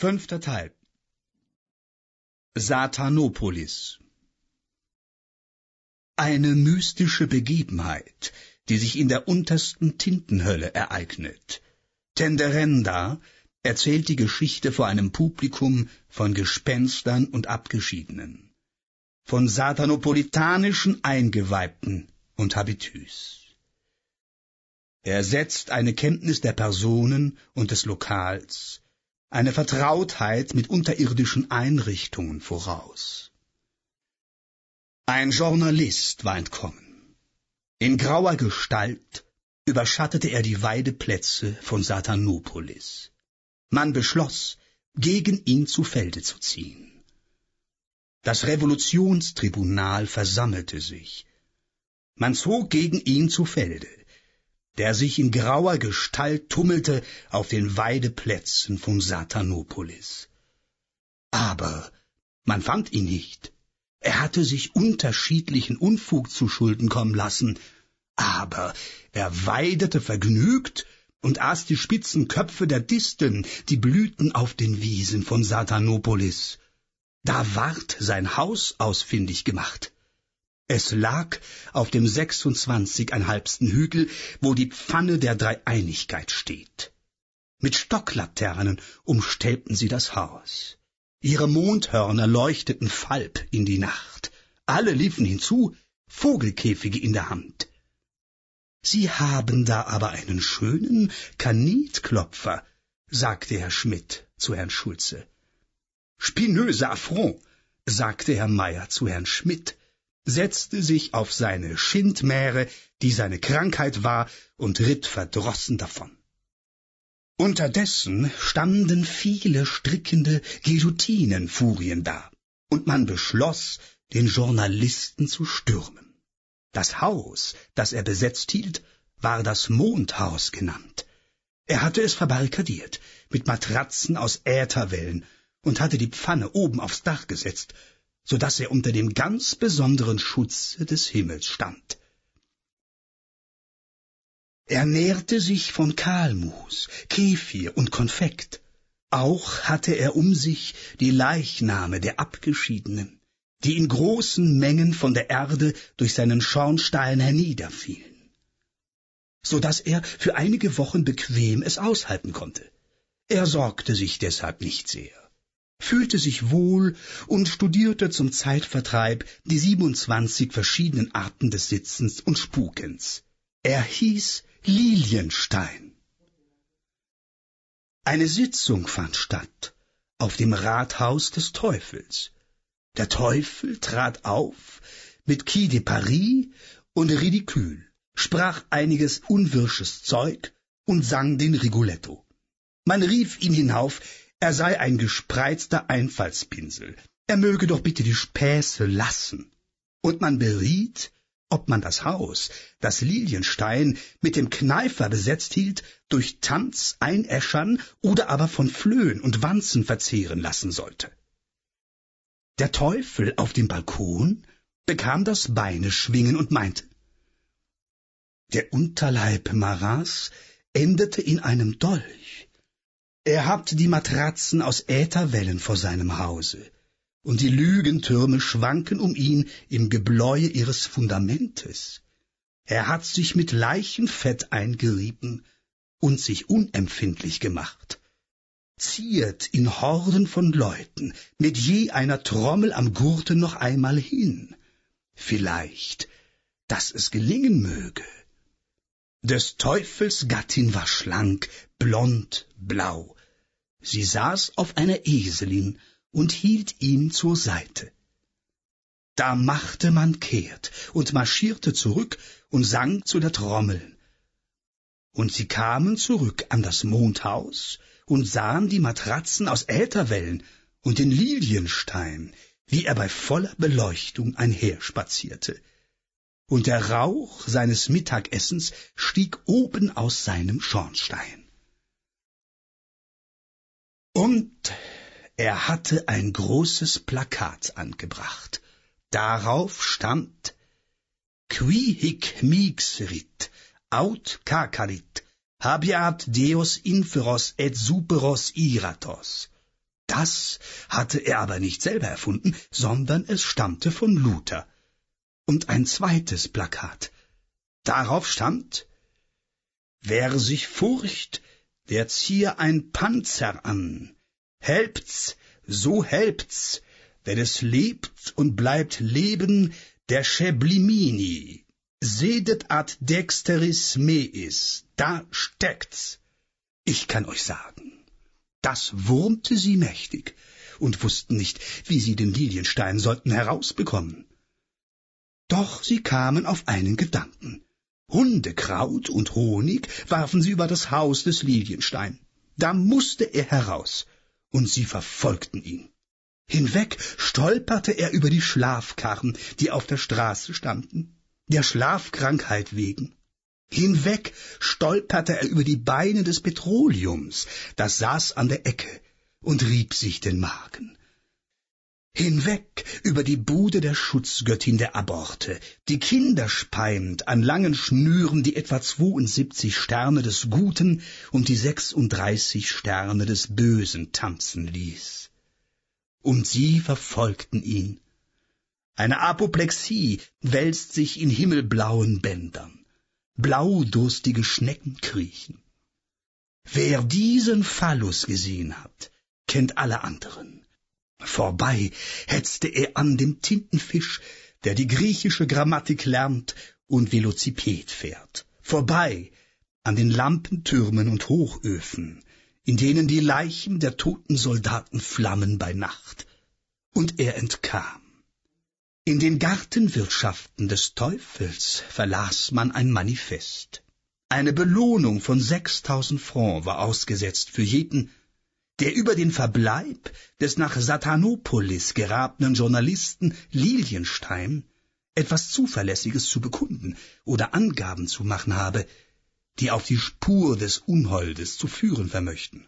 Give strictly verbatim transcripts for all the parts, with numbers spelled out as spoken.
Fünfter Teil. Satanopolis. Eine mystische Begebenheit, die sich in der untersten Tintenhölle ereignet. Tenderenda erzählt die Geschichte vor einem Publikum von Gespenstern und Abgeschiedenen, von satanopolitanischen Eingeweihten und Habitüs. Er setzt eine Kenntnis der Personen und des Lokals, eine Vertrautheit mit unterirdischen Einrichtungen voraus. Ein Journalist war entkommen. In grauer Gestalt überschattete er die Weideplätze von Satanopolis. Man beschloss, gegen ihn zu Felde zu ziehen. Das Revolutionstribunal versammelte sich. Man zog gegen ihn zu Felde, der sich in grauer Gestalt tummelte auf den Weideplätzen von Satanopolis. Aber man fand ihn nicht. Er hatte sich unterschiedlichen Unfug zu Schulden kommen lassen, aber er weidete vergnügt und aß die spitzen Köpfe der Disteln, die blühten auf den Wiesen von Satanopolis. Da ward sein Haus ausfindig gemacht. Es lag auf dem sechsundzwanzigeinhalbsten Hügel, wo die Pfanne der Dreieinigkeit steht. Mit Stocklaternen umstellten sie das Haus. Ihre Mondhörner leuchteten falb in die Nacht. Alle liefen hinzu, Vogelkäfige in der Hand. »Sie haben da aber einen schönen Kanitklopfer«, sagte Herr Schmidt zu Herrn Schulze. »Spinöser Affront«, sagte Herr Meier zu Herrn Schmidt, setzte sich auf seine Schindmähre, die seine Krankheit war, und ritt verdrossen davon. Unterdessen standen viele strickende Guillotinenfurien da, und man beschloss, den Journalisten zu stürmen. Das Haus, das er besetzt hielt, war das Mondhaus genannt. Er hatte es verbarrikadiert, mit Matratzen aus Ätherwellen, und hatte die Pfanne oben aufs Dach gesetzt, so daß er unter dem ganz besonderen Schutze des Himmels stand. Er nährte sich von Kahlmus, Kefir und Konfekt. Auch hatte er um sich die Leichname der Abgeschiedenen, die in großen Mengen von der Erde durch seinen Schornstein herniederfielen, so daß er für einige Wochen bequem es aushalten konnte. Er sorgte sich deshalb nicht sehr, fühlte sich wohl und studierte zum Zeitvertreib die siebenundzwanzig verschiedenen Arten des Sitzens und Spukens. Er hieß Lilienstein. Eine Sitzung fand statt auf dem Rathaus des Teufels. Der Teufel trat auf mit Qui de Paris und Ridicule, sprach einiges unwirsches Zeug und sang den Rigoletto. Man rief ihn hinauf, er sei ein gespreizter Einfallspinsel, er möge doch bitte die Späße lassen. Und man beriet, ob man das Haus, das Lilienstein mit dem Kneifer besetzt hielt, durch Tanz einäschern oder aber von Flöhen und Wanzen verzehren lassen sollte. Der Teufel auf dem Balkon bekam das Beineschwingen und meinte, der Unterleib Marats endete in einem Dolch. Er habt die Matratzen aus Ätherwellen vor seinem Hause, und die Lügentürme schwanken um ihn im Gebläue ihres Fundamentes. Er hat sich mit Leichenfett eingerieben und sich unempfindlich gemacht, ziert in Horden von Leuten mit je einer Trommel am Gurte noch einmal hin, vielleicht, dass es gelingen möge. Des Teufels Gattin war schlank, blond, blau. Sie saß auf einer Eselin und hielt ihm zur Seite. Da machte man kehrt und marschierte zurück und sang zu der Trommel. Und sie kamen zurück an das Mondhaus und sahen die Matratzen aus Ätherwellen und den Lilienstein, wie er bei voller Beleuchtung einherspazierte. Und der Rauch seines Mittagessens stieg oben aus seinem Schornstein. Und er hatte ein großes Plakat angebracht. Darauf stand Qui hic mixerit, aut cacalit, habeat Deus inferos et superos iratos. Das hatte er aber nicht selber erfunden, sondern es stammte von Luther. Und ein zweites Plakat. Darauf stand: »Wer sich furcht, der ziehe ein Panzer an. Helpt's, so helpt's, wenn es lebt und bleibt leben, der Schäblimini. Sedet ad dexteris meis, da steckt's.« Ich kann euch sagen, das wurmte sie mächtig und wussten nicht, wie sie den Lilienstein sollten herausbekommen. Doch sie kamen auf einen Gedanken. Hundekraut und Honig warfen sie über das Haus des Lilienstein. Da musste er heraus, und sie verfolgten ihn. Hinweg stolperte er über die Schlafkarren, die auf der Straße standen, der Schlafkrankheit wegen. Hinweg stolperte er über die Beine des Petroleums, das saß an der Ecke und rieb sich den Magen. Hinweg über die Bude der Schutzgöttin der Aborte, die Kinder speimt an langen Schnüren die etwa zweiundsiebzig Sterne des Guten und die sechsunddreißig Sterne des Bösen tanzen ließ. Und sie verfolgten ihn. Eine Apoplexie wälzt sich in himmelblauen Bändern. Blaudurstige Schnecken kriechen. Wer diesen Phallus gesehen hat, kennt alle anderen. Vorbei hetzte er an dem Tintenfisch, der die griechische Grammatik lernt und Velociped fährt. Vorbei an den Lampentürmen und Hochöfen, in denen die Leichen der toten Soldaten flammen bei Nacht. Und er entkam. In den Gartenwirtschaften des Teufels verlas man ein Manifest. Eine Belohnung von sechstausend Francs war ausgesetzt für jeden, der über den Verbleib des nach Satanopolis gerabenen Journalisten Lilienstein etwas Zuverlässiges zu bekunden oder Angaben zu machen habe, die auf die Spur des Unholdes zu führen vermöchten.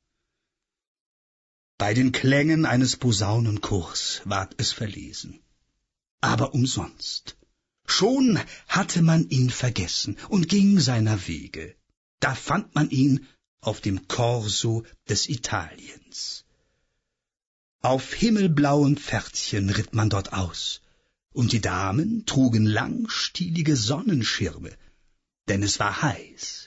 Bei den Klängen eines Posaunenchors ward es verlesen. Aber umsonst. Schon hatte man ihn vergessen und ging seiner Wege. Da fand man ihn auf dem Korso des Italiens. Auf himmelblauen Pferdchen ritt man dort aus, und die Damen trugen langstielige Sonnenschirme, denn es war heiß.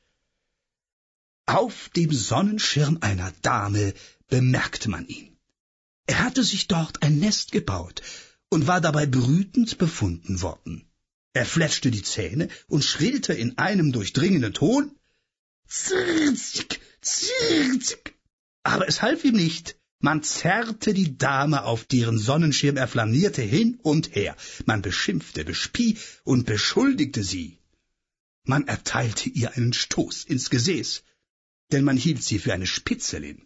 Auf dem Sonnenschirm einer Dame bemerkte man ihn. Er hatte sich dort ein Nest gebaut und war dabei brütend befunden worden. Er fletschte die Zähne und schrillte in einem durchdringenden Ton: »Zirzik, zirzik!« Aber es half ihm nicht. Man zerrte die Dame, auf deren Sonnenschirm er flanierte, hin und her. Man beschimpfte, bespie und beschuldigte sie. Man erteilte ihr einen Stoß ins Gesäß, denn man hielt sie für eine Spitzelin.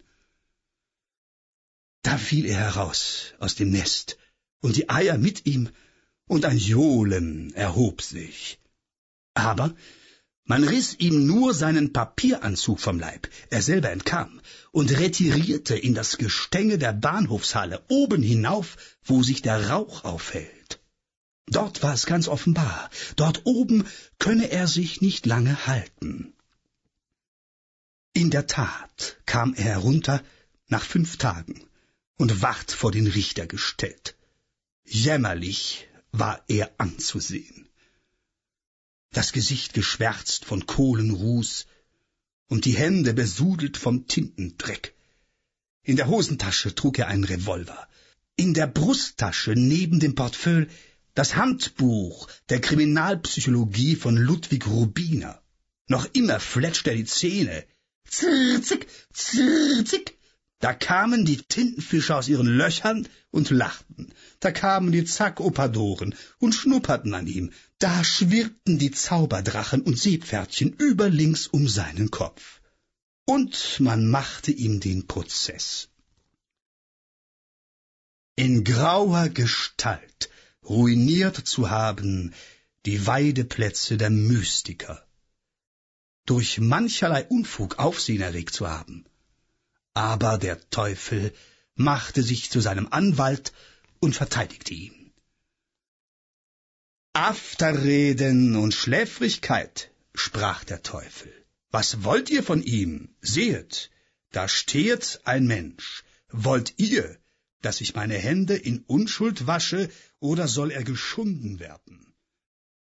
Da fiel er heraus aus dem Nest, und die Eier mit ihm, und ein Johlen erhob sich. Aber man riss ihm nur seinen Papieranzug vom Leib, er selber entkam und retirierte in das Gestänge der Bahnhofshalle oben hinauf, wo sich der Rauch aufhält. Dort war es ganz offenbar, dort oben könne er sich nicht lange halten. In der Tat kam er herunter nach fünf Tagen und ward vor den Richter gestellt. Jämmerlich war er anzusehen. Das Gesicht geschwärzt von Kohlenruß und die Hände besudelt vom Tintendreck. In der Hosentasche trug er einen Revolver. In der Brusttasche neben dem Portefeuille das Handbuch der Kriminalpsychologie von Ludwig Rubiner. Noch immer fletscht er die Zähne. Zirzik, zirzik. Da kamen die Tintenfische aus ihren Löchern und lachten. Da kamen die Zackopadoren und schnupperten an ihm. Da schwirrten die Zauberdrachen und Seepferdchen überlings um seinen Kopf. Und man machte ihm den Prozess. In grauer Gestalt ruiniert zu haben die Weideplätze der Mystiker, durch mancherlei Unfug Aufsehen erregt zu haben. Aber der Teufel machte sich zu seinem Anwalt und verteidigte ihn. Afterreden und Schläfrigkeit, sprach der Teufel. Was wollt ihr von ihm? Sehet, da stehet ein Mensch, Wollt ihr, dass ich meine Hände in Unschuld wasche, oder soll er geschunden werden?